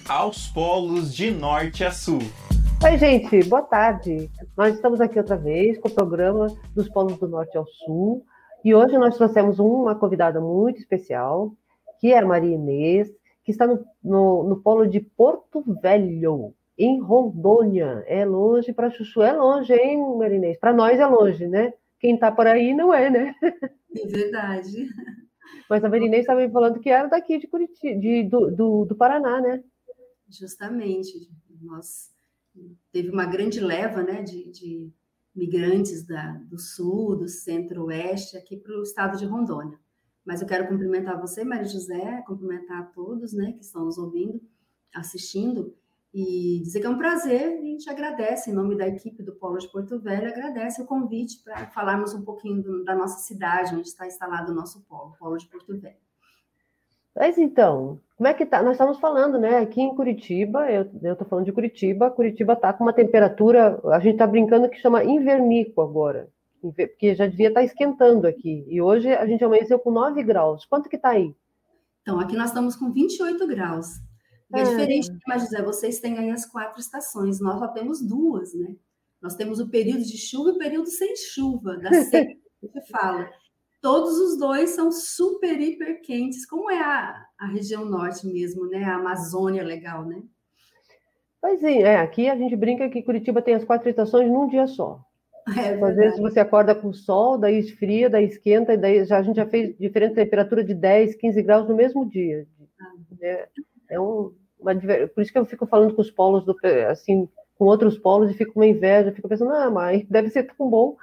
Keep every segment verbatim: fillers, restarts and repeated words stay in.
aos polos de norte a sul. Oi, gente, boa tarde. Nós estamos aqui outra vez com o programa dos polos do norte ao sul. E hoje nós trouxemos uma convidada muito especial, que é a Maria Inês, que está no, no, no polo de Porto Velho, em Rondônia. É longe para Chuchu, é longe, hein, Maria Inês? Para nós é longe, né? Quem está por aí não é, né? É verdade. Mas a Maria Inês estava me falando que era daqui de Curitiba, de, do, do, do Paraná, né? Justamente. Nós teve uma grande leva, né, de, de migrantes da, do sul, do centro-oeste, aqui para o estado de Rondônia. Mas eu quero cumprimentar você, Maria José, cumprimentar a todos, né, que estão nos ouvindo, assistindo, e dizer que é um prazer, e a gente agradece, em nome da equipe do Polo de Porto Velho, agradece o convite para falarmos um pouquinho do, da nossa cidade, onde está instalado o nosso polo, o Polo de Porto Velho. Mas então, como é que tá? Nós estamos falando, né? Aqui em Curitiba, eu estou falando de Curitiba, Curitiba está com uma temperatura, a gente está brincando que chama invernico agora, porque já devia estar esquentando aqui. E hoje a gente amanheceu com nove graus. Quanto que está aí? Então, aqui nós estamos com vinte e oito graus. É, é diferente, mas José, vocês têm aí as quatro estações, nós só temos duas, né? Nós temos o período de chuva e o período sem chuva, da seca que você fala. Todos os dois são super, hiper quentes, como é a, a região norte mesmo, né? A Amazônia legal, né? Pois é, é, aqui a gente brinca que Curitiba tem as quatro estações num dia só. É Às vezes você acorda com sol, daí esfria, daí esquenta, e daí já, a gente já fez diferente temperatura de dez, quinze graus no mesmo dia. Ah. É, é um, uma, por isso que eu fico falando com os polos, do, assim, com outros polos, e fico com uma inveja, fico pensando, ah, mas deve ser tão bom.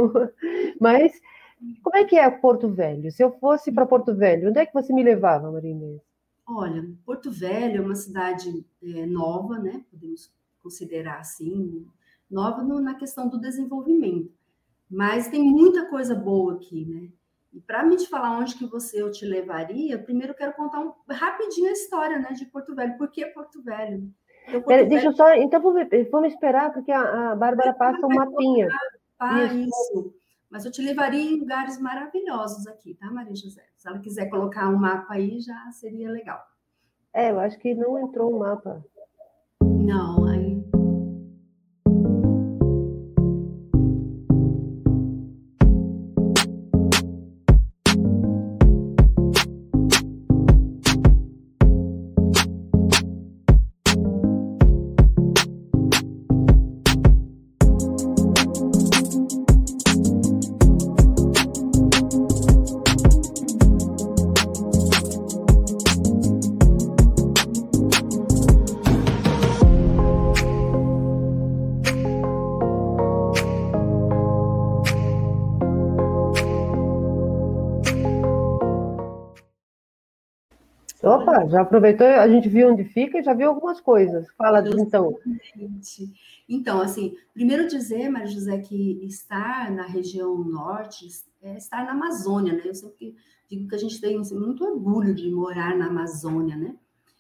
Mas como é que é Porto Velho? Se eu fosse para Porto Velho, onde é que você me levava, Maria Inês? Olha, Porto Velho é uma cidade é, nova, né? Podemos considerar assim, nova no, na questão do desenvolvimento. Mas tem muita coisa boa aqui, né? E para me te falar onde que você eu te levaria, primeiro eu quero contar um, rapidinho a história, né, de Porto Velho. Por que Porto Velho? Então, Porto Pera, Velho... Deixa eu só, então vamos, vamos esperar, porque a, a Bárbara passa um mapinha. Ah, isso. isso. Mas eu te levaria em lugares maravilhosos aqui, tá, Maria José? Se ela quiser colocar um mapa aí, já seria legal. É, eu acho que não entrou um mapa. Não, aí... Opa, já aproveitou, a gente viu onde fica e já viu algumas coisas. Fala, então. Então, assim, primeiro dizer, Maria José, que estar na região norte é estar na Amazônia, né? Eu sempre digo que a gente tem assim, muito orgulho de morar na Amazônia, né?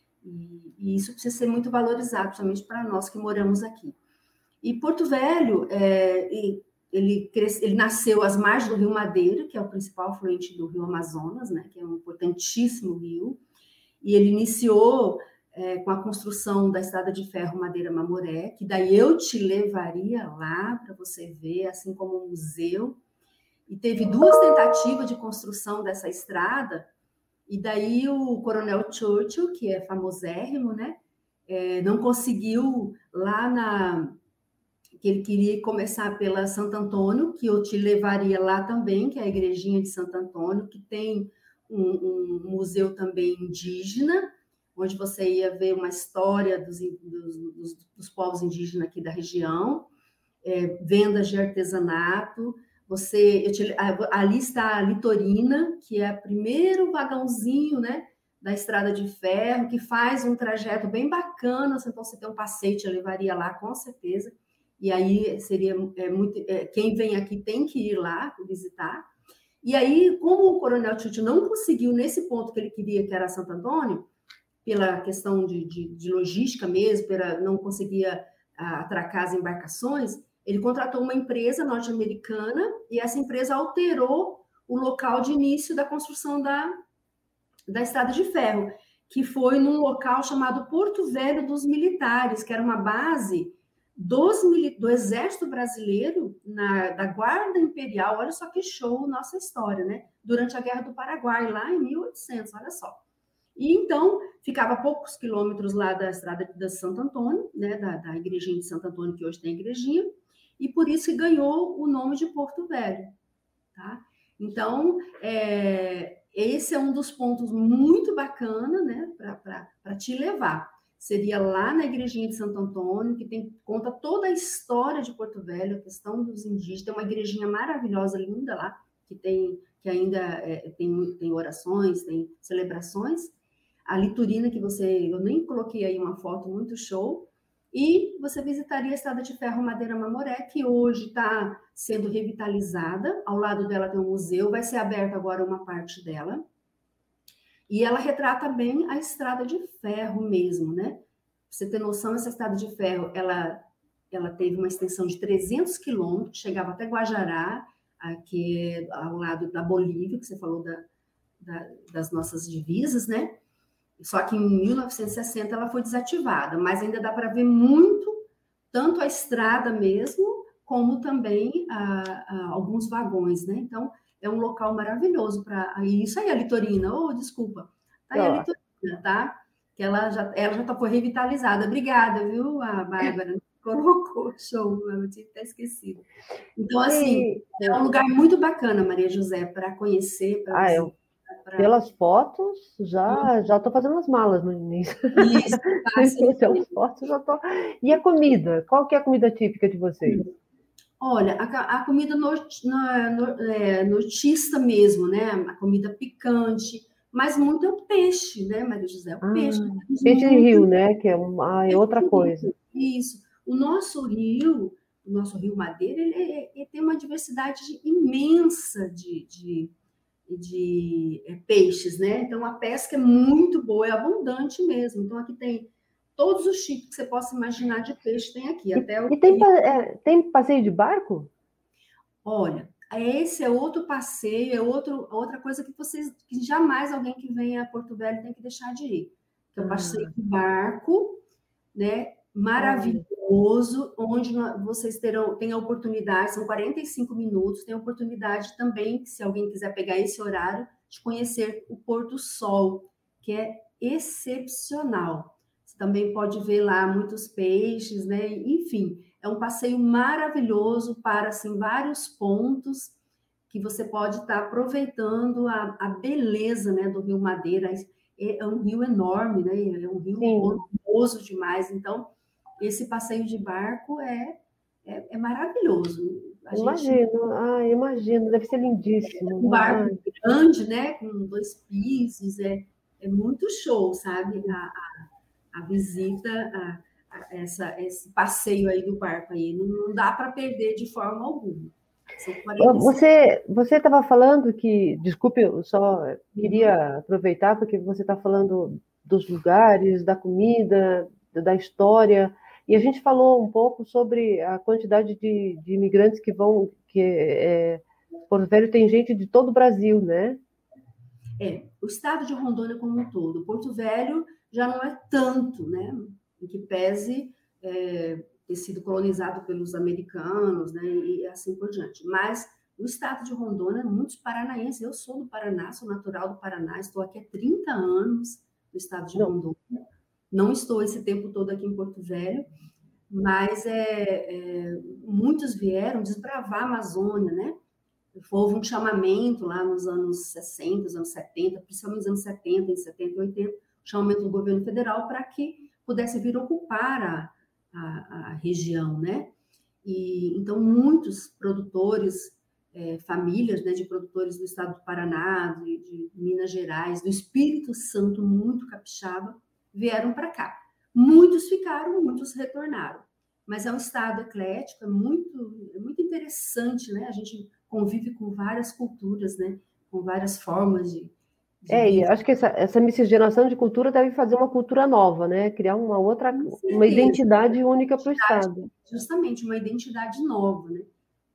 E, e isso precisa ser muito valorizado, principalmente para nós que moramos aqui. E Porto Velho, é, ele, cresce, ele nasceu às margens do Rio Madeira, que é o principal afluente do Rio Amazonas, né? Que é um importantíssimo rio. E ele iniciou é, com a construção da estrada de ferro Madeira-Mamoré, que daí eu te levaria lá para você ver, assim como um museu. E teve duas tentativas de construção dessa estrada, e daí o Coronel Churchill, que é famosérrimo, né, é, não conseguiu lá na... que ele queria começar pela Santo Antônio, que eu te levaria lá também, que é a igrejinha de Santo Antônio, que tem um, um museu também indígena, onde você ia ver uma história dos, dos, dos, dos povos indígenas aqui da região, é, vendas de artesanato. Você, eu te, ali está a Litorina, que é o primeiro vagãozinho, né, da estrada de ferro, que faz um trajeto bem bacana, então você tem um passeio, te levaria lá, com certeza. E aí seria é, muito... É, quem vem aqui tem que ir lá visitar. E aí, como o Coronel Churchill não conseguiu nesse ponto que ele queria, que era Santo Antônio, pela questão de, de, de logística mesmo, pela, não conseguia a, atracar as embarcações, ele contratou uma empresa norte-americana e essa empresa alterou o local de início da construção da, da estrada de ferro, que foi num local chamado Porto Velho dos Militares, que era uma base dos, do Exército Brasileiro, na, da Guarda Imperial. Olha só que show nossa história, né? Durante a Guerra do Paraguai, lá em mil e oitocentos, olha só. E então, ficava a poucos quilômetros lá da estrada de Santo Antônio, né? da, da igrejinha de Santo Antônio, que hoje tem a igrejinha, e por isso que ganhou o nome de Porto Velho, tá? Então, é, esse é um dos pontos muito bacana, né, para te levar. Seria lá na igrejinha de Santo Antônio, que tem, conta toda a história de Porto Velho, a questão dos indígenas. Tem uma igrejinha maravilhosa, linda lá, que, tem, que ainda é, tem, tem orações, tem celebrações. A liturina, que você, eu nem coloquei aí uma foto muito show. E você visitaria a Estrada de Ferro Madeira Mamoré, que hoje está sendo revitalizada. Ao lado dela tem um museu, vai ser aberta agora uma parte dela. E ela retrata bem a Estrada de Ferro mesmo, né? Pra você ter noção, essa Estrada de Ferro, ela, ela teve uma extensão de trezentos quilômetros, chegava até Guajará, aqui ao lado da Bolívia, que você falou da, da, das nossas divisas, né? Só que em mil novecentos e sessenta ela foi desativada, mas ainda dá para ver muito, tanto a estrada mesmo, como também a, a, alguns vagões, né? Então, é um local maravilhoso para isso aí, a Litorina, oh, desculpa, tá aí a Litorina, tá? Que ela já, ela já foi revitalizada. Obrigada, viu, a Bárbara? Colocou, show, eu tinha até esquecido. Então, assim, é um lugar muito bacana, Maria José, para conhecer, para ah, eu... Pra... Pelas fotos, já hum. já estou fazendo as malas no início. Isso, tá, pelas fotos, já tô... E a comida? Qual que é a comida típica de vocês? Olha, a, a comida norte, no, é, nortista mesmo, né? A comida picante, mas muito é o peixe, né, Maria José? O ah, peixe. Peixe de rio, né? Que é, uma, é outra coisa. Isso. O nosso rio, o nosso rio Madeira, ele, é, ele tem uma diversidade imensa de... de de é, peixes, né? Então, a pesca é muito boa, é abundante mesmo. Então, aqui tem todos os tipos que você possa imaginar de peixe, tem aqui. E, até o... e tem, é, tem passeio de barco? Olha, esse é outro passeio, é outro, outra coisa que vocês, que jamais alguém que vem a Porto Velho tem que deixar de ir. Que é o passeio ah. de barco, né? Maravilhoso, ah. onde vocês terão, tem a oportunidade, são quarenta e cinco minutos, tem a oportunidade também, se alguém quiser pegar esse horário, de conhecer o pôr do sol, que é excepcional. Você também pode ver lá muitos peixes, né? Enfim, é um passeio maravilhoso para, assim, vários pontos que você pode estar aproveitando a, a beleza, né, do Rio Madeira. É um rio enorme, né? É um rio volumoso demais. Então, esse passeio de barco é, é, é maravilhoso. A imagino, gente... ah, imagino, deve ser lindíssimo. Um barco ah. grande, né? Com dois pisos, é, é muito show, sabe? A, a, a visita, a, a, essa, esse passeio aí do barco aí, não, não dá para perder de forma alguma. Você você estava falando que, desculpe, eu só queria aproveitar porque você está falando dos lugares, da comida, da história, e a gente falou um pouco sobre a quantidade de, de imigrantes que vão, que é, Porto Velho tem gente de todo o Brasil, né? É, o estado de Rondônia como um todo. Porto Velho já não é tanto, né? Em que pese é, ter sido colonizado pelos americanos, né, e assim por diante. Mas o estado de Rondônia, muitos paranaenses, eu sou do Paraná, sou natural do Paraná, estou aqui há trinta anos no estado de Rondônia. Não estou esse tempo todo aqui em Porto Velho, mas é, é, muitos vieram desbravar a Amazônia, né? Houve um chamamento lá nos anos sessenta, nos anos setenta, principalmente nos anos setenta, em setenta e oitenta, chamamento do governo federal para que pudesse vir ocupar a A, a região, né? E então muitos produtores, é, famílias, né, de produtores do estado do Paraná, de, de Minas Gerais, do Espírito Santo, muito capixaba, vieram para cá. Muitos ficaram, muitos retornaram. Mas é um estado eclético, é muito, é muito interessante, né? A gente convive com várias culturas, né? Com várias formas de É, e acho que essa, essa miscigenação de cultura deve fazer uma cultura nova, né? Criar uma outra, uma identidade única para o Estado. Justamente, uma identidade nova, né?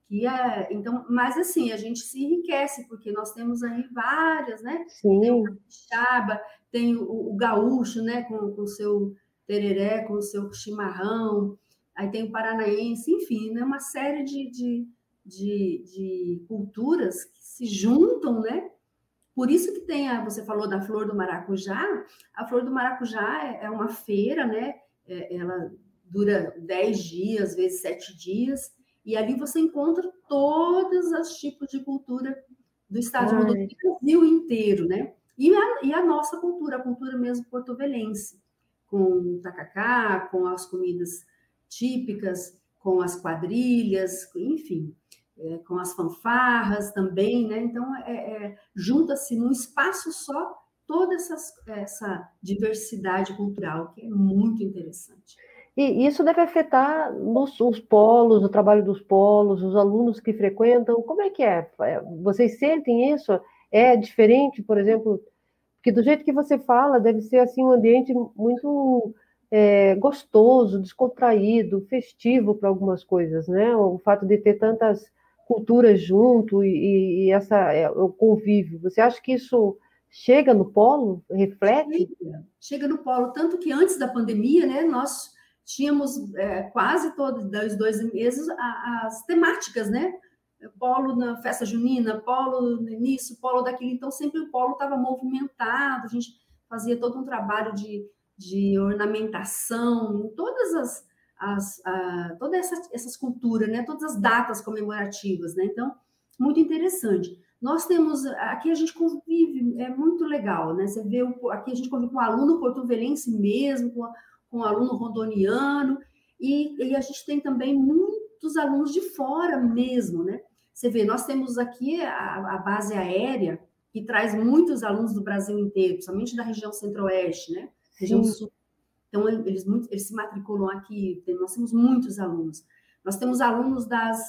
que é, então, mas assim, a gente se enriquece, porque nós temos aí várias, né? Sim. Tem o capixaba, tem o, o gaúcho, né, com o seu tereré, com o seu chimarrão, aí tem o paranaense, enfim, né, uma série de, de, de, de culturas que se juntam, né? Por isso que tem, a, você falou da flor do maracujá, a flor do maracujá é, é uma feira, né? É, ela dura dez dias, às vezes sete dias, e ali você encontra todos os tipos de cultura do estado de Rondônia, do Brasil inteiro, né? E a, e a nossa cultura, a cultura mesmo porto-velhense, com o tacacá, com as comidas típicas, com as quadrilhas, enfim, é, com as fanfarras também, né? Então, é, é, junta-se num espaço só toda essas, essa diversidade cultural, que é muito interessante. E isso deve afetar nos, os polos, o trabalho dos polos, os alunos que frequentam. Como é que é? Vocês sentem isso? É diferente, por exemplo, porque do jeito que você fala, deve ser assim um ambiente muito é, gostoso, descontraído, festivo para algumas coisas, né? O fato de ter tantas culturas junto e, e essa, é, o convívio. Você acha que isso chega no polo? Reflete? Chega, chega no polo, tanto que antes da pandemia, né, nós tínhamos é, quase todos os dois meses as temáticas, né? Polo na festa junina, polo nisso, polo daquilo. Então, sempre o polo estava movimentado, a gente fazia todo um trabalho de, de ornamentação, todas as, as a, todas essas, essas culturas, né? Todas as datas comemorativas, né? Então, muito interessante. Nós temos, aqui a gente convive, é muito legal, né? Você vê, aqui a gente convive com o aluno porto-velhense mesmo, com, com o aluno rondoniano, e, e a gente tem também muitos alunos de fora mesmo, né? Você vê, nós temos aqui a, a base aérea, que traz muitos alunos do Brasil inteiro, principalmente da região centro-oeste, né? Região Sim. sul. Então, eles, eles se matriculam aqui, nós temos muitos alunos. Nós temos alunos das,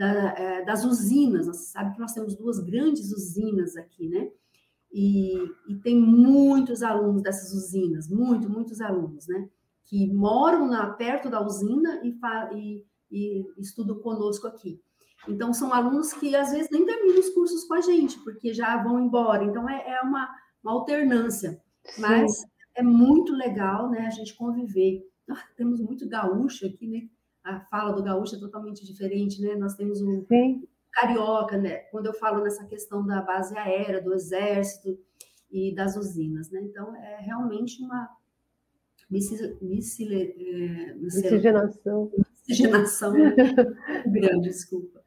da, das usinas, você sabe que nós temos duas grandes usinas aqui, né? E, e tem muitos alunos dessas usinas, muito, muitos alunos, né? Que moram na, perto da usina e, e, e estudam conosco aqui. Então, são alunos que, às vezes, nem terminam os cursos com a gente, porque já vão embora. Então, é, é uma, uma alternância. Sim. Mas é muito legal, né, a gente conviver. Ah, temos muito gaúcho aqui, né? A fala do gaúcho é totalmente diferente, né? Nós temos o Sim. carioca, né? Quando eu falo nessa questão da base aérea, do exército e das usinas, né? Então, é realmente uma miscigenação. Miscigenação grande, desculpa.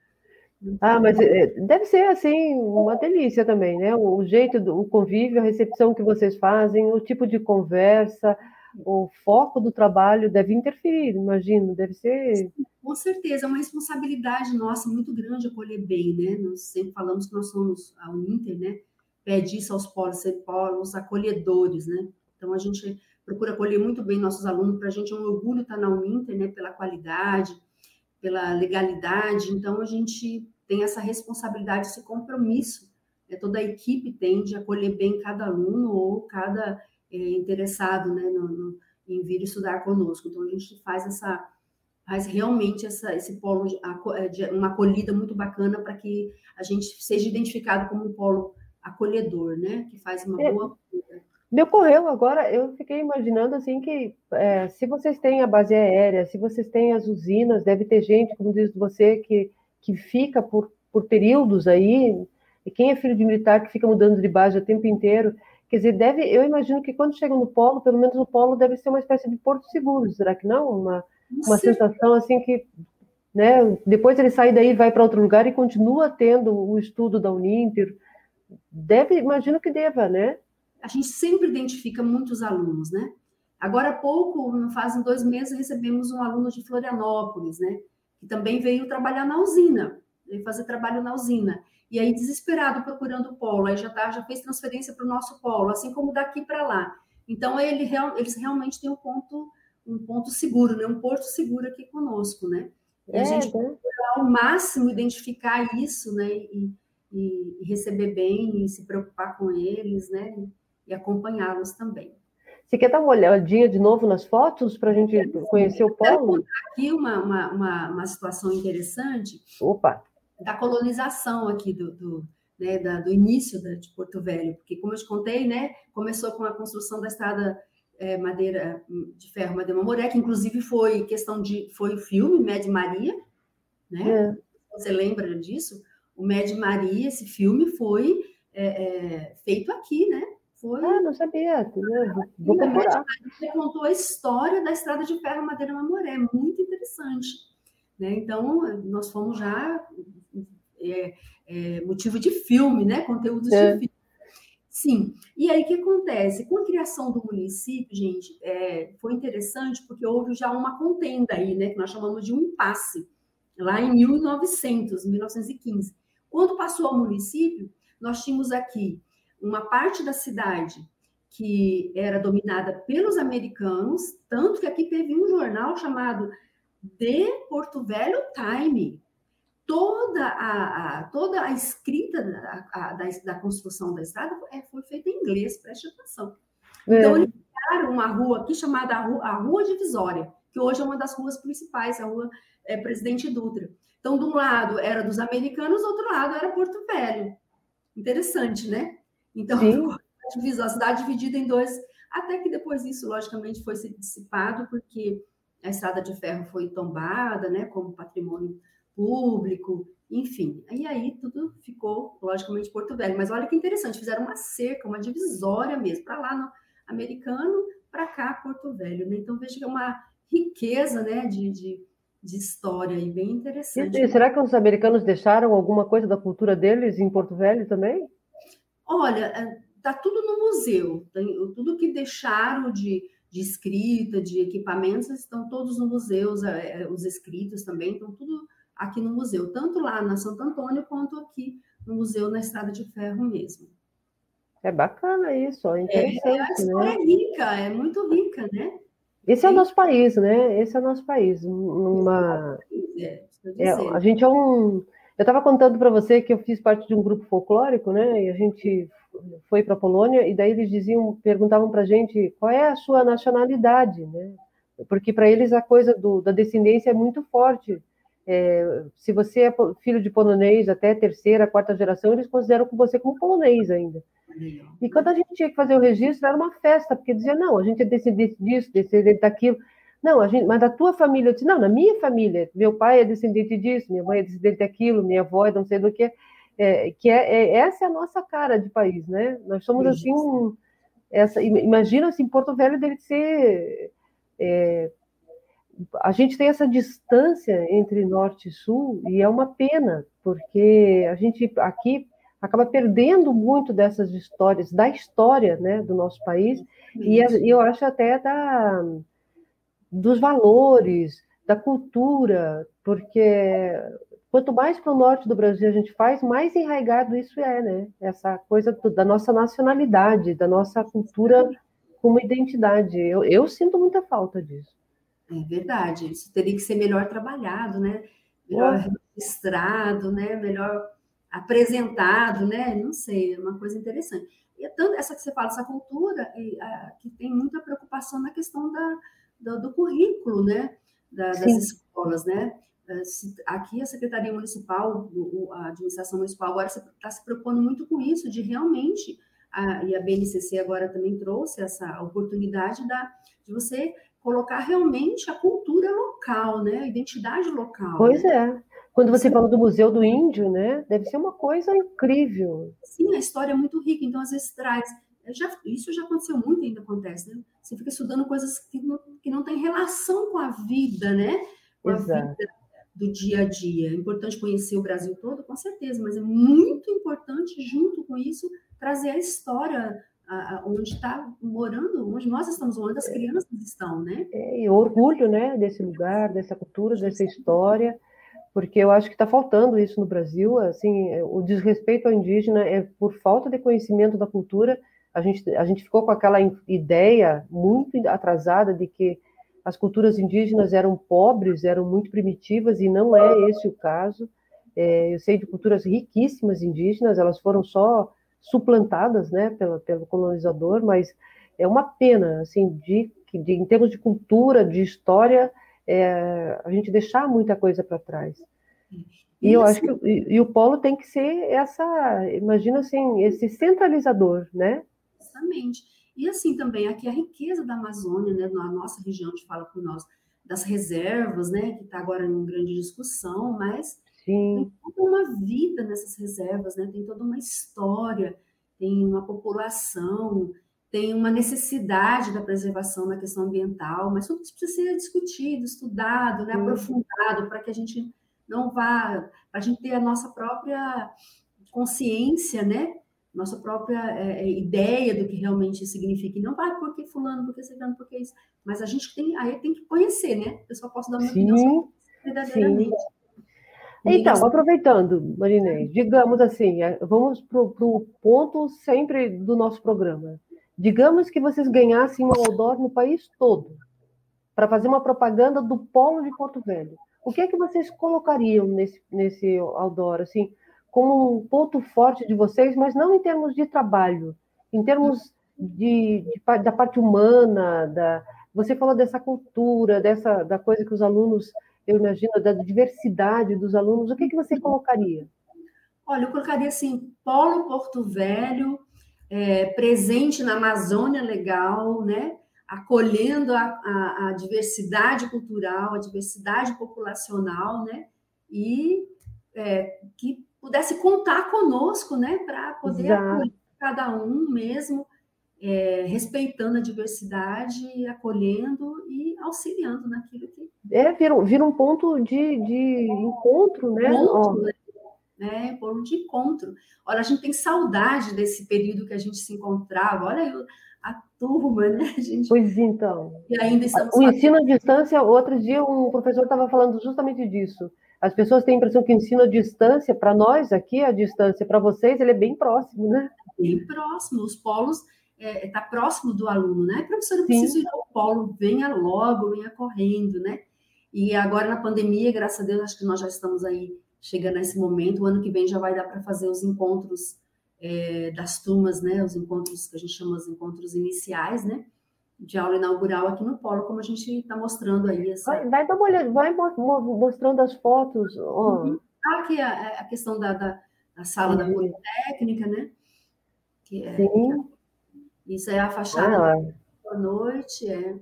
Ah, mas deve ser, assim, uma delícia também, né? O jeito, o convívio, a recepção que vocês fazem, o tipo de conversa, o foco do trabalho deve interferir, imagino, deve ser... Com certeza, é uma responsabilidade nossa muito grande acolher bem, né? Nós sempre falamos que nós somos, a Uninter, né? Pede isso aos polos, ser polos acolhedores, né? Então, a gente procura acolher muito bem nossos alunos, para a gente é um orgulho estar na Uninter, né? Pela qualidade, pela legalidade, então a gente tem essa responsabilidade, esse compromisso, né? Toda a equipe tem de acolher bem cada aluno ou cada é, interessado, né, no, no, em vir estudar conosco. Então a gente faz essa, faz realmente essa, esse polo de, de uma acolhida muito bacana para que a gente seja identificado como um polo acolhedor, né, que faz uma é. boa. Me ocorreu agora, eu fiquei imaginando assim que é, se vocês têm a base aérea, se vocês têm as usinas, deve ter gente, como diz você, que, que fica por, por períodos aí, e quem é filho de militar que fica mudando de base o tempo inteiro, quer dizer, deve, eu imagino que quando chegam no polo, pelo menos o polo deve ser uma espécie de porto seguro, será que não? Uma, uma sensação assim que, né, depois ele sai daí, vai para outro lugar e continua tendo o estudo da Uninter, deve, imagino que deva, né? A gente sempre identifica muitos alunos, né? Agora há pouco, não fazem dois meses, recebemos um aluno de Florianópolis, né? Que também veio trabalhar na usina, veio fazer trabalho na usina. E aí, desesperado, procurando o polo, aí já, tá, já fez transferência para o nosso polo, assim como daqui para lá. Então, ele, eles realmente têm um ponto, um ponto seguro, né? Um porto seguro aqui conosco, né? E a é, gente procura ao máximo identificar isso, né? E, e, e receber bem, e se preocupar com eles, né? E acompanhá-los também. Você quer dar uma olhadinha de novo nas fotos para a gente conhecer o polo? Eu quero contar aqui uma, uma, uma, uma situação interessante. Opa! da colonização aqui do, do, né, da, do início da, de Porto Velho, porque, como eu te contei, né, começou com a construção da estrada é, madeira, de ferro Madeira Mamoré, que inclusive foi questão de, foi o filme Média Maria, né? É. Você lembra disso? O Média Maria, esse filme foi é, é, feito aqui, né? Foi... Ah, não sabia. Vou, vou procurar. Ele contou a história da estrada de ferro Madeira Mamoré, muito interessante. Né? Então, nós fomos já é, é, motivo de filme, né? Conteúdos é. de filme. Sim. E aí, o que acontece? Com a criação do município, gente, é, foi interessante porque houve já uma contenda aí, né? Que nós chamamos de um impasse, lá em mil e novecentos, mil novecentos e quinze. Quando passou ao município, nós tínhamos aqui uma parte da cidade que era dominada pelos americanos, tanto que aqui teve um jornal chamado The Porto Velho Time. Toda a, a, toda a escrita da, a, da, da construção da estrada foi, foi feita em inglês, preste atenção. Então, é. eles criaram uma rua aqui chamada a Rua, a Rua Divisória, que hoje é uma das ruas principais, a Rua é, Presidente Dutra. Então, de um lado era dos americanos, do outro lado era Porto Velho. Interessante, né? Então, ficou a cidade dividida em dois, até que depois isso, logicamente, foi se dissipado, porque a estrada de ferro foi tombada, né, como patrimônio público, enfim. E aí tudo ficou, logicamente, Porto Velho. Mas olha que interessante, fizeram uma cerca, uma divisória mesmo, para lá no americano, para cá, Porto Velho. Né? Então, veja que é uma riqueza, né, de, de, de história e bem interessante. E, e será que os americanos deixaram alguma coisa da cultura deles em Porto Velho também? Olha, está tudo no museu. Tudo que deixaram de, de escrita, de equipamentos, estão todos no museu. Os escritos também estão tudo aqui no museu. Tanto lá na Santo Antônio, quanto aqui no museu na Estrada de Ferro mesmo. É bacana isso, é interessante. É, a história né? é rica, é muito rica, né? Esse é o nosso país, né? Esse é o nosso país. Uma... É, é, a gente é um... Eu estava contando para você que eu fiz parte de um grupo folclórico, né? E a gente foi para a Polônia e daí eles diziam, perguntavam para a gente qual é a sua nacionalidade, né? Porque para eles a coisa do, da descendência é muito forte. É, se você é filho de polonês até terceira, quarta geração, eles consideram você como polonês ainda. E quando a gente tinha que fazer o registro, era uma festa, porque dizia, não, a gente é descendente disso, descendente daquilo. Não, a gente, mas da tua família, eu disse, não, na minha família, meu pai é descendente disso, minha mãe é descendente daquilo, minha avó é não sei do que. É, que é, é, essa é a nossa cara de país, né? Nós somos assim, um, essa, imagina assim, Porto Velho deve ser... É, a gente tem essa distância entre norte e sul, e é uma pena, porque a gente aqui acaba perdendo muito dessas histórias, da história, né, do nosso país, e, e eu acho até da... dos valores, da cultura, porque quanto mais para o norte do Brasil a gente faz, mais enraizado isso é, né? Essa coisa da nossa nacionalidade, da nossa cultura como identidade. Eu, eu sinto muita falta disso. É verdade, isso teria que ser melhor trabalhado, né? Melhor oh. registrado, né? Melhor apresentado, né? Não sei, é uma coisa interessante. E é tanto essa que você fala, essa cultura, e, a, que tem muita preocupação na questão da Do, do currículo, né, da, das escolas, né? Aqui a Secretaria Municipal, a Administração Municipal agora está se preocupando muito com isso, de realmente, a, e a B N C C agora também trouxe essa oportunidade da, de você colocar realmente a cultura local, né, a identidade local. Pois né? é. Quando você Sim. fala do Museu do Índio, né, deve ser uma coisa incrível. Sim, a história é muito rica, então às vezes traz... Já, isso já aconteceu muito e ainda acontece, né? Você fica estudando coisas que não, que não têm relação com a vida, né? Com Exato. a vida do dia a dia. É importante conhecer o Brasil todo, com certeza, mas é muito importante, junto com isso, trazer a história a, a, onde está morando, onde nós estamos morando, as crianças estão, né? É, e o orgulho, né, desse lugar, dessa cultura, dessa história, porque eu acho que está faltando isso no Brasil, assim, o desrespeito ao indígena é por falta de conhecimento da cultura. A gente, a gente ficou com aquela ideia muito atrasada de que as culturas indígenas eram pobres, eram muito primitivas, e não é esse o caso. É, eu sei de culturas riquíssimas indígenas, elas foram só suplantadas, né, pelo, pelo colonizador, mas é uma pena, assim, de, de, em termos de cultura, de história, é, a gente deixar muita coisa para trás. E, e eu assim, acho que e, e o polo tem que ser essa, imagina assim, esse centralizador, né? Exatamente. E assim também, aqui a riqueza da Amazônia, né, na nossa região, a gente fala por nós, das reservas, né, que está agora em grande discussão, mas Sim. tem toda uma vida nessas reservas, né, tem toda uma história, tem uma população, tem uma necessidade da preservação na questão ambiental, mas tudo isso precisa ser discutido, estudado, né, aprofundado, para que a gente não vá, para a gente ter a nossa própria consciência, né, nossa própria é, ideia do que realmente significa, e não vai ah, porque fulano, porque ciclano, porque isso, mas a gente tem, aí tem que conhecer, né, eu só posso dar minha sim, opinião verdadeiramente. Sim. Então, aproveitando, Marinês, digamos assim, vamos para o ponto sempre do nosso programa. Digamos que vocês ganhassem um outdoor no país todo, para fazer uma propaganda do Polo de Porto Velho. O que é que vocês colocariam nesse, nesse outdoor, assim, como um ponto forte de vocês, mas não em termos de trabalho, em termos de, de, da parte humana, da, você falou dessa cultura, dessa da coisa que os alunos, eu imagino, da diversidade dos alunos, o que, que você colocaria? Olha, eu colocaria assim, Polo Porto Velho, é, presente na Amazônia Legal, né? Acolhendo a, a, a diversidade cultural, a diversidade populacional, né? E é, que pudesse contar conosco, né? Para poder Exato. acolher cada um mesmo, é, respeitando a diversidade, acolhendo e auxiliando naquilo que... É, vira, vira um ponto de, de encontro, né? Ponto, oh. né? Né, ponto de encontro. Olha, a gente tem saudade desse período que a gente se encontrava. Olha a turma, né? A gente... Pois então. E ainda estamos o ensino à distância, outro dia um professor estava falando justamente disso. As pessoas têm a impressão que o ensino à distância, para nós aqui, a distância, para vocês, ele é bem próximo, né? Bem próximo. Os polos está é, tá próximo do aluno, né? Professor, eu preciso Sim. ir ao polo, venha logo, venha correndo, né? E agora na pandemia, graças a Deus, acho que nós já estamos aí chegando nesse momento. O ano que vem já vai dar para fazer os encontros é, das turmas, né? Os encontros que a gente chama de encontros iniciais, né? De aula inaugural aqui no Polo, como a gente está mostrando aí. Essa... Vai, vai dar uma olhada, vai mostrando as fotos. Oh. Uhum. Ah, aqui a, a questão da, da, da sala Sim. da Politécnica, né? Que é, Sim. Que, isso é a fachada ah. da noite, é.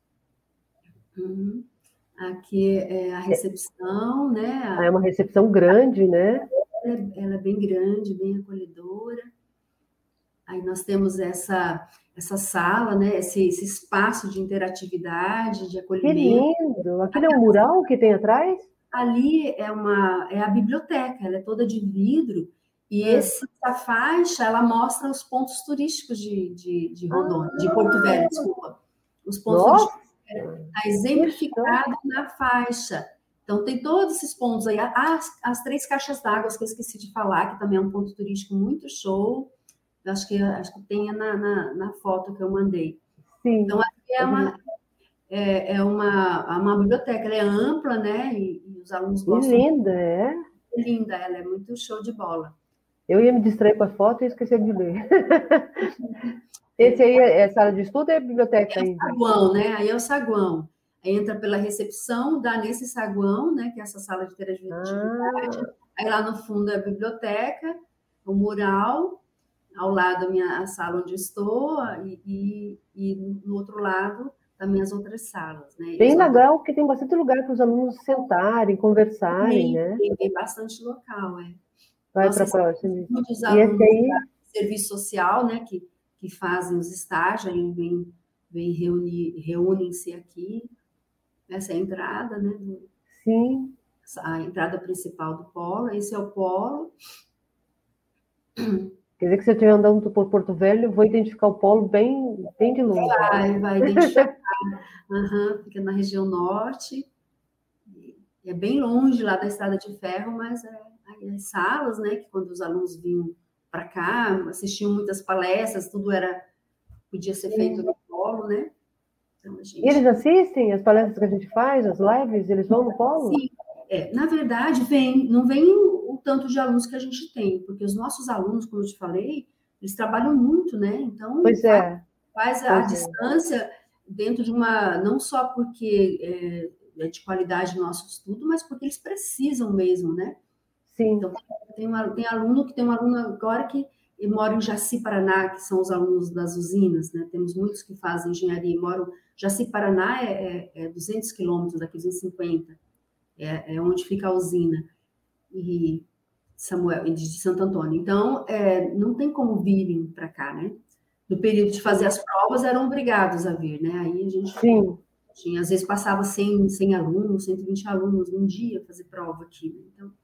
Uhum. Aqui é a recepção, né? É uma recepção grande, né? Ela é, ela é bem grande, bem acolhedora. Aí nós temos essa, essa sala, né? Esse, esse espaço de interatividade, de acolhimento. Que lindo! Aquilo é um mural que tem atrás? Ali é, uma, é a biblioteca, ela é toda de vidro. E é. essa faixa, ela mostra os pontos turísticos de, de, de Rondônia, ah. de Porto Velho, desculpa. Os pontos Nossa. turísticos. Está exemplificado na faixa. Então, tem todos esses pontos aí. As, as três caixas d'água, que eu esqueci de falar, que também é um ponto turístico muito show. Eu acho que, acho que tem na, na, na foto que eu mandei. Sim. Então, aqui é uma, é, é uma, uma biblioteca, ela é ampla, né? E, e os alunos gostam. Linda, é? É linda, ela é muito show de bola. Eu ia me distrair com a foto e esqueci de ler. Esse aí é sala de estudo ou é biblioteca é ainda? É o saguão, né? Aí é o saguão. Aí entra pela recepção, dá nesse saguão, né? Que é essa sala de interatividade. Ah. Aí lá no fundo é a biblioteca, o mural, ao lado a minha a sala onde estou, e, e, e no outro lado também as outras salas, né? Bem legal, porque tem bastante lugar para os alunos sentarem, conversarem, tem, né? Tem, tem bastante local, é. Vai para a próxima. Muitos alunos aí... do serviço social, né? Que que fazem os estágios, aí vem, vem reunir, reúnem-se aqui, essa é a entrada, né? Sim. A entrada principal do polo, esse é o polo. Quer dizer que se eu estiver andando por Porto Velho, vou identificar o polo bem, bem de longe. Vai, vai identificar. Uhum, fica na região norte, é bem longe lá da Estrada de Ferro, mas é, as salas, né? Que quando os alunos vinham para cá, assistiam muitas palestras, tudo era podia ser feito Sim. no polo, né? Então, a gente... E eles assistem as palestras que a gente faz, as lives, eles vão no polo? Sim, é, na verdade, vem, não vem o, o tanto de alunos que a gente tem, porque os nossos alunos, como eu te falei, eles trabalham muito, né? Então, pois faz, é. faz a, pois a distância é. dentro de uma... Não só porque é, é de qualidade no nosso estudo, mas porque eles precisam mesmo, né? Sim. Então, tem, uma, tem aluno que tem um aluno agora que mora em Jaci, Paraná, que são os alunos das usinas, né? Temos muitos que fazem engenharia e moram... Jaci, Paraná é, é, é duzentos quilômetros daqui, duzentos e cinquenta, é, é onde fica a usina, e Samuel, de Santo Antônio. Então, é, não tem como virem para cá, né? No período de fazer as provas, eram obrigados a vir, né? Aí a gente Sim. tinha, às vezes passava cem, cem alunos, cento e vinte alunos num dia fazer prova aqui, né? Então,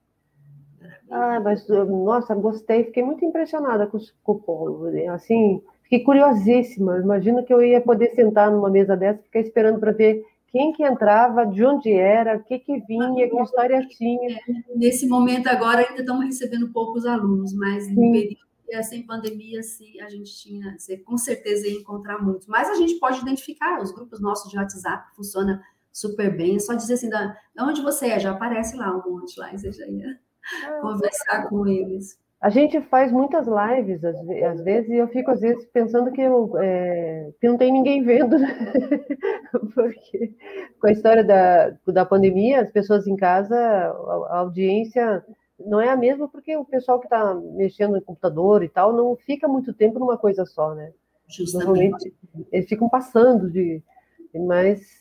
Ah, mas, nossa, gostei, fiquei muito impressionada com, com o Polo, assim, fiquei curiosíssima, imagino que eu ia poder sentar numa mesa dessa e ficar esperando para ver quem que entrava, de onde era, o que que vinha, que história tinha. Nesse momento agora ainda estamos recebendo poucos alunos, mas Sim. no período sem pandemia, sim, a gente tinha, você com certeza ia encontrar muitos. Mas a gente pode identificar, os grupos nossos de WhatsApp funcionam super bem, é só dizer assim, da, de onde você é, já aparece lá um monte lá, e você já ia conversar com eles. A gente faz muitas lives, às, às vezes, e eu fico, às vezes, pensando que, eu, é, que não tem ninguém vendo, né? Porque com a história da, da pandemia, as pessoas em casa, a, a audiência não é a mesma, porque o pessoal que está mexendo no computador e tal, não fica muito tempo numa coisa só, né? Justamente. Normalmente, eles ficam passando de... Mas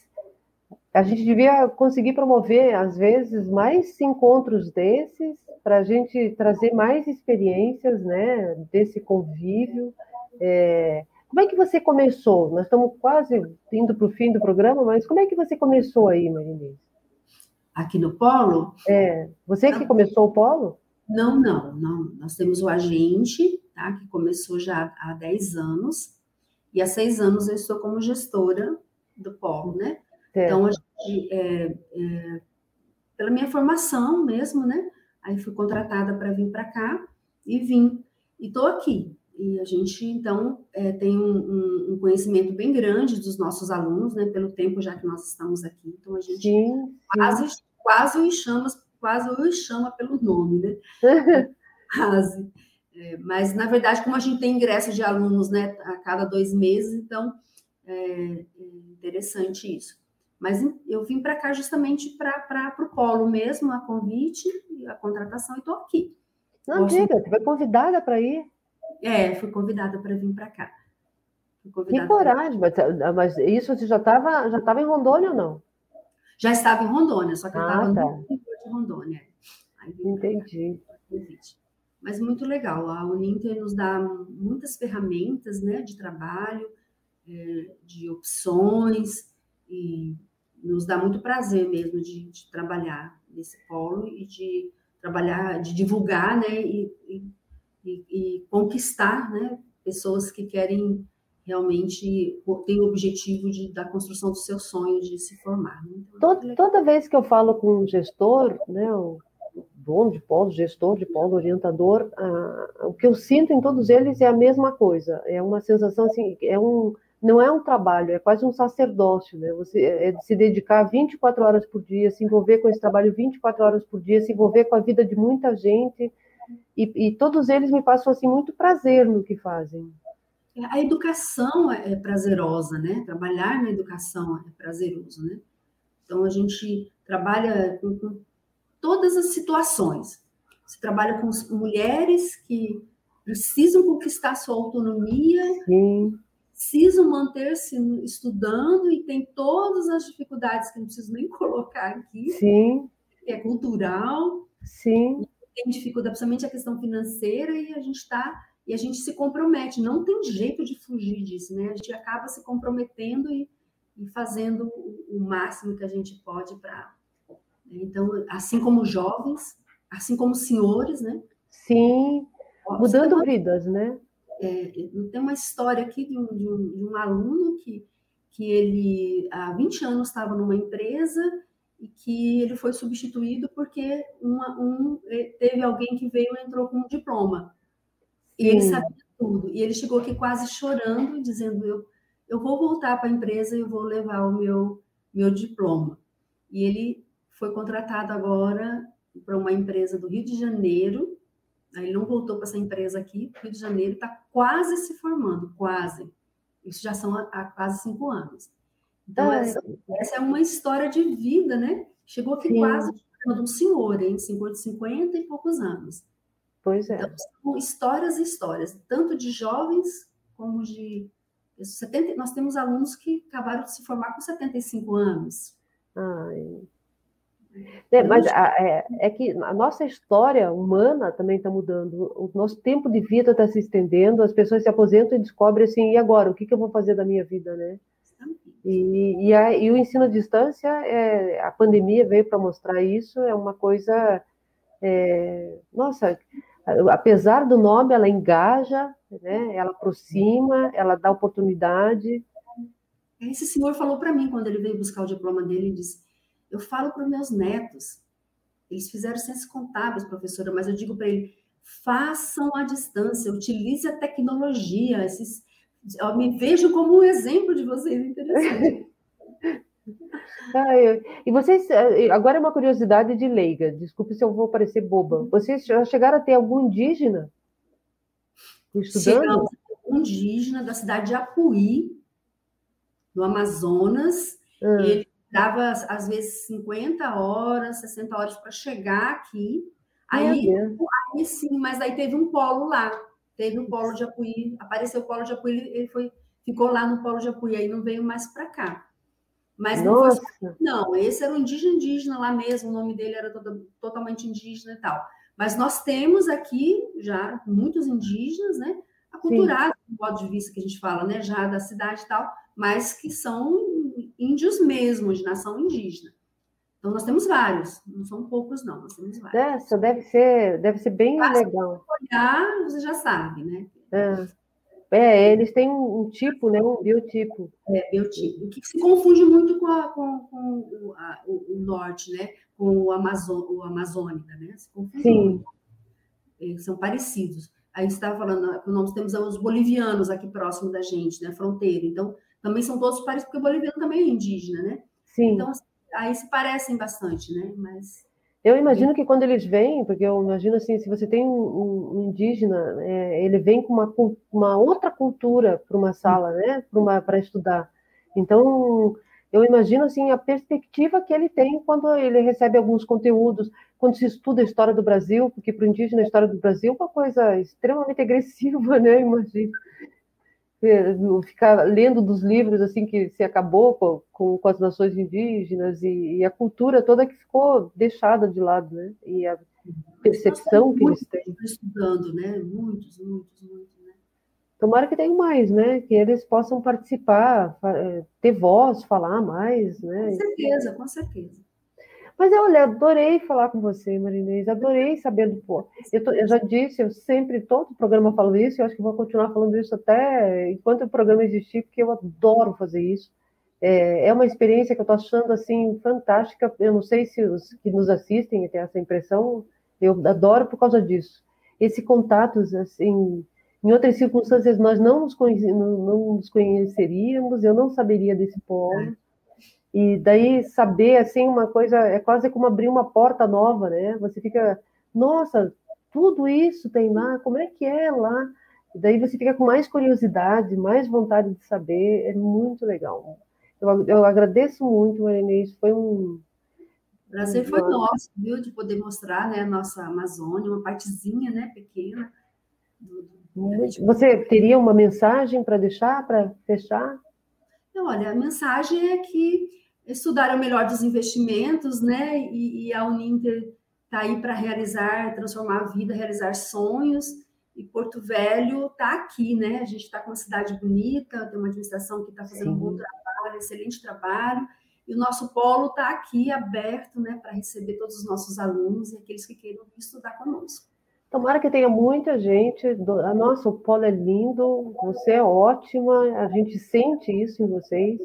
a gente devia conseguir promover, às vezes, mais encontros desses, para a gente trazer mais experiências, né, desse convívio. É... Como é que você começou? Nós estamos quase indo para o fim do programa, mas como é que você começou aí, Marinês? Aqui no Polo? É, você que começou o Polo? Não, não, não. Nós temos o agente, tá, que começou já há dez anos, e há seis anos eu estou como gestora do Polo, né? Certo. Então, a gente, é, é, pela minha formação mesmo, né? Aí fui contratada para vir para cá e vim. E estou aqui. E a gente, então, é, tem um, um, um conhecimento bem grande dos nossos alunos, né? Pelo tempo já que nós estamos aqui. Então, a gente Sim, quase, sim. quase os chama, quase os chama pelo nome, né? Quase. É, mas, na verdade, como a gente tem ingresso de alunos, né? A cada dois meses, então, é, é interessante isso. Mas eu vim para cá justamente para o Polo mesmo, a convite, a contratação, e estou aqui. Não, Gosto... diga, você foi convidada para ir? É, fui convidada para vir para cá. Que coragem, pra... mas, mas isso você já estava já tava em Rondônia ou não? Já estava em Rondônia, só que eu estava ah, tá. no interior de Rondônia. Aí vim Entendi. Cá, convite. Mas muito legal, a Uninter nos dá muitas ferramentas, né, de trabalho, de opções, e nos dá muito prazer mesmo de, de trabalhar nesse polo e de trabalhar, de divulgar, né, e, e, e conquistar, né, pessoas que querem realmente, têm o objetivo de, da construção do seu sonho de se formar. Né? Então, toda, toda vez que eu falo com um gestor, né, o dono de polo, gestor de polo, orientador, ah, o que eu sinto em todos eles é a mesma coisa, é uma sensação assim, é um não é um trabalho, é quase um sacerdócio, né? Você é de se dedicar vinte e quatro horas por dia, se envolver com esse trabalho vinte e quatro horas por dia, se envolver com a vida de muita gente, e, e todos eles me passam assim muito prazer no que fazem. A educação é prazerosa, né? Trabalhar na educação é prazeroso, né? Então a gente trabalha com, com todas as situações. Você trabalha com mulheres que precisam conquistar sua autonomia. Sim. Precisam manter-se estudando e tem todas as dificuldades que não preciso nem colocar aqui. Sim. Que é cultural. Sim. Tem dificuldade, principalmente a questão financeira, e a gente está e a gente se compromete. Não tem jeito de fugir disso, né? A gente acaba se comprometendo e, e fazendo o, o máximo que a gente pode para. Então, assim como jovens, assim como senhores, né? Sim. Mudando uma... vidas, né? É, tem uma história aqui de um, de um, de um aluno que, que ele há vinte anos estava numa empresa e que ele foi substituído porque uma, um, teve alguém que veio e entrou com um diploma. E ele sabia tudo. E ele chegou aqui quase chorando, dizendo, eu, eu vou voltar para a empresa e eu vou levar o meu, meu diploma. E ele foi contratado agora para uma empresa do Rio de Janeiro. Ele não voltou para essa empresa aqui, Rio de Janeiro, está quase se formando, quase. Isso já são há, há quase cinco anos. Então, essa, essa é uma história de vida, né? Chegou aqui Sim. quase de um senhor, hein? Senhor de cinquenta e poucos anos. Pois é. Então, são histórias e histórias, tanto de jovens como de... setenta, nós temos alunos que acabaram de se formar com setenta e cinco anos. Ai. É, mas é, é que a nossa história humana também está mudando, o nosso tempo de vida está se estendendo, as pessoas se aposentam e descobrem assim, e agora, o que, que eu vou fazer da minha vida, né? E, e, a, e o ensino à distância, é, a pandemia veio para mostrar isso, é uma coisa, é, nossa, apesar do nome, ela engaja, né? Ela aproxima, ela dá oportunidade. Esse senhor falou para mim, quando ele veio buscar o diploma dele, ele disse, eu falo para os meus netos, eles fizeram ciências contábeis, professora, mas eu digo para ele, façam à distância, utilize a tecnologia, esses, eu me vejo como um exemplo de vocês, interessante. Ah, eu, e vocês, agora é uma curiosidade de leiga, desculpe se eu vou parecer boba, vocês já chegaram a ter algum indígena estudando? Chegamos a um indígena da cidade de Apuí, no Amazonas, hum. Ele dava, às vezes, cinquenta horas, sessenta horas para chegar aqui. Aí, aí sim, mas aí teve um polo lá. Teve um polo de Apuí, apareceu o polo de Apuí, ele foi, ficou lá no polo de Apuí, aí não veio mais para cá. Mas não Nossa. foi não, esse era um indígena indígena lá mesmo, o nome dele era todo, totalmente indígena e tal. Mas nós temos aqui já muitos indígenas, né? Aculturados, do modo de vista que a gente fala, né? Já da cidade e tal, mas que são índios mesmo, de nação indígena. Então, nós temos vários, não são poucos, não, nós temos vários. Essa deve ser, deve ser bem Basta legal. Olhar, você já sabe, né? É, é eles têm um, um tipo, né? Um biotipo. É, biotipo. O que se confunde muito com, a, com, com o, a, o, o norte, né? Com o, Amazon, o Amazônica, né? Se confunde Sim. muito. Eles são parecidos. Aí você estava falando, nós temos os bolivianos aqui próximo da gente, né? Fronteira. Então, também são todos parecidos, porque o boliviano também é indígena, né? Sim. Então, aí se parecem bastante, né? Mas... Eu imagino que quando eles vêm, porque eu imagino assim, se você tem um, um indígena, é, ele vem com uma, uma outra cultura para uma sala, né? Para estudar. Então, eu imagino assim, a perspectiva que ele tem quando ele recebe alguns conteúdos, quando se estuda a história do Brasil, porque para o indígena a história do Brasil é uma coisa extremamente agressiva, né? Imagino. Ficar lendo dos livros assim que se acabou com, com, com as nações indígenas e, e a cultura toda que ficou deixada de lado, né? E a percepção que eles têm. Estudando, né? Muitos, muitos, muitos, né? Tomara que tenham mais, né? Que eles possam participar, ter voz, falar mais, né? Com certeza, com certeza. Mas, olha, adorei falar com você, Marinês, adorei saber do pô. Eu, tô, eu já disse, eu sempre, todo programa falo isso, e eu acho que vou continuar falando isso até enquanto o programa existir, porque eu adoro fazer isso. É, é uma experiência que eu estou achando, assim, fantástica. Eu não sei se os que nos assistem têm essa impressão, eu adoro por causa disso. Esse contato, assim, em outras circunstâncias nós não nos, conhece, não, não nos conheceríamos, eu não saberia desse polo. E daí saber, assim, uma coisa, é quase como abrir uma porta nova, né? Você fica, nossa, tudo isso tem lá, como é que é lá? E daí você fica com mais curiosidade, mais vontade de saber, é muito legal. Eu, eu agradeço muito, Marinês, foi um... O prazer foi nosso, viu, de poder mostrar, né, a nossa Amazônia, uma partezinha, né, pequena. Do, do... Você teria uma mensagem para deixar, para fechar? Olha, a mensagem é que estudar é o melhor dos investimentos, né? E, e a Uninter está aí para realizar, transformar a vida, realizar sonhos. E Porto Velho está aqui, né? A gente está com uma cidade bonita, tem uma administração que está fazendo Sim. um bom trabalho, excelente trabalho. E o nosso polo está aqui aberto, né? Para receber todos os nossos alunos e aqueles que queiram estudar conosco. Tomara que tenha muita gente. A nossa, o polo é lindo, você é ótima, a gente sente isso em vocês.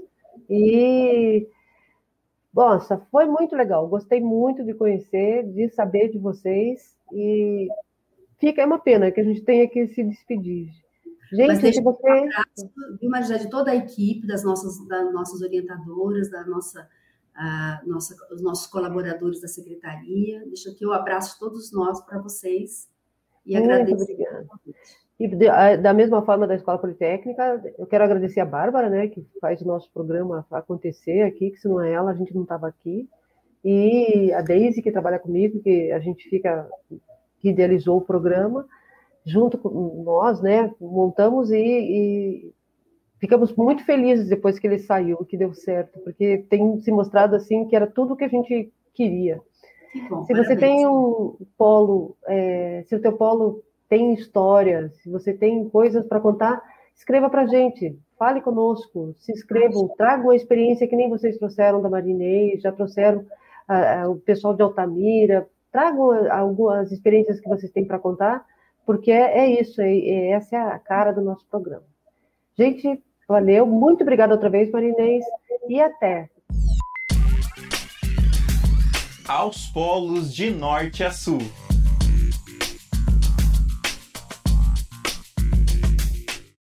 E, nossa, foi muito legal. Gostei muito de conhecer, de saber de vocês. E fica, é uma pena que a gente tenha que se despedir. Gente, Mas deixa se você... um abraço, viu, Maria, de toda a equipe, das nossas, das nossas orientadoras, da nossa, uh, nossa, os nossos colaboradores da secretaria. Deixa aqui o abraço de todos nós para vocês. E Muito agradeço. obrigada. E de, a, da mesma forma da Escola Politécnica, eu quero agradecer a Bárbara, né, que faz o nosso programa acontecer aqui, que se não é ela, a gente não estava aqui. E a Deise, que trabalha comigo, que a gente fica, que idealizou o programa, junto com nós, né, montamos e, e ficamos muito felizes depois que ele saiu, que deu certo, porque tem se mostrado assim que era tudo o que a gente queria. Que bom, se você parabéns. tem um polo, é, se o teu polo tem história, se você tem coisas para contar, escreva para a gente, fale conosco, se inscrevam, tragam a experiência que nem vocês trouxeram da Marinês, já trouxeram ah, o pessoal de Altamira, tragam algumas experiências que vocês têm para contar, porque é, é isso, é, é, essa é a cara do nosso programa. Gente, valeu, muito obrigada outra vez, Marinês, e até! Aos polos de norte a sul.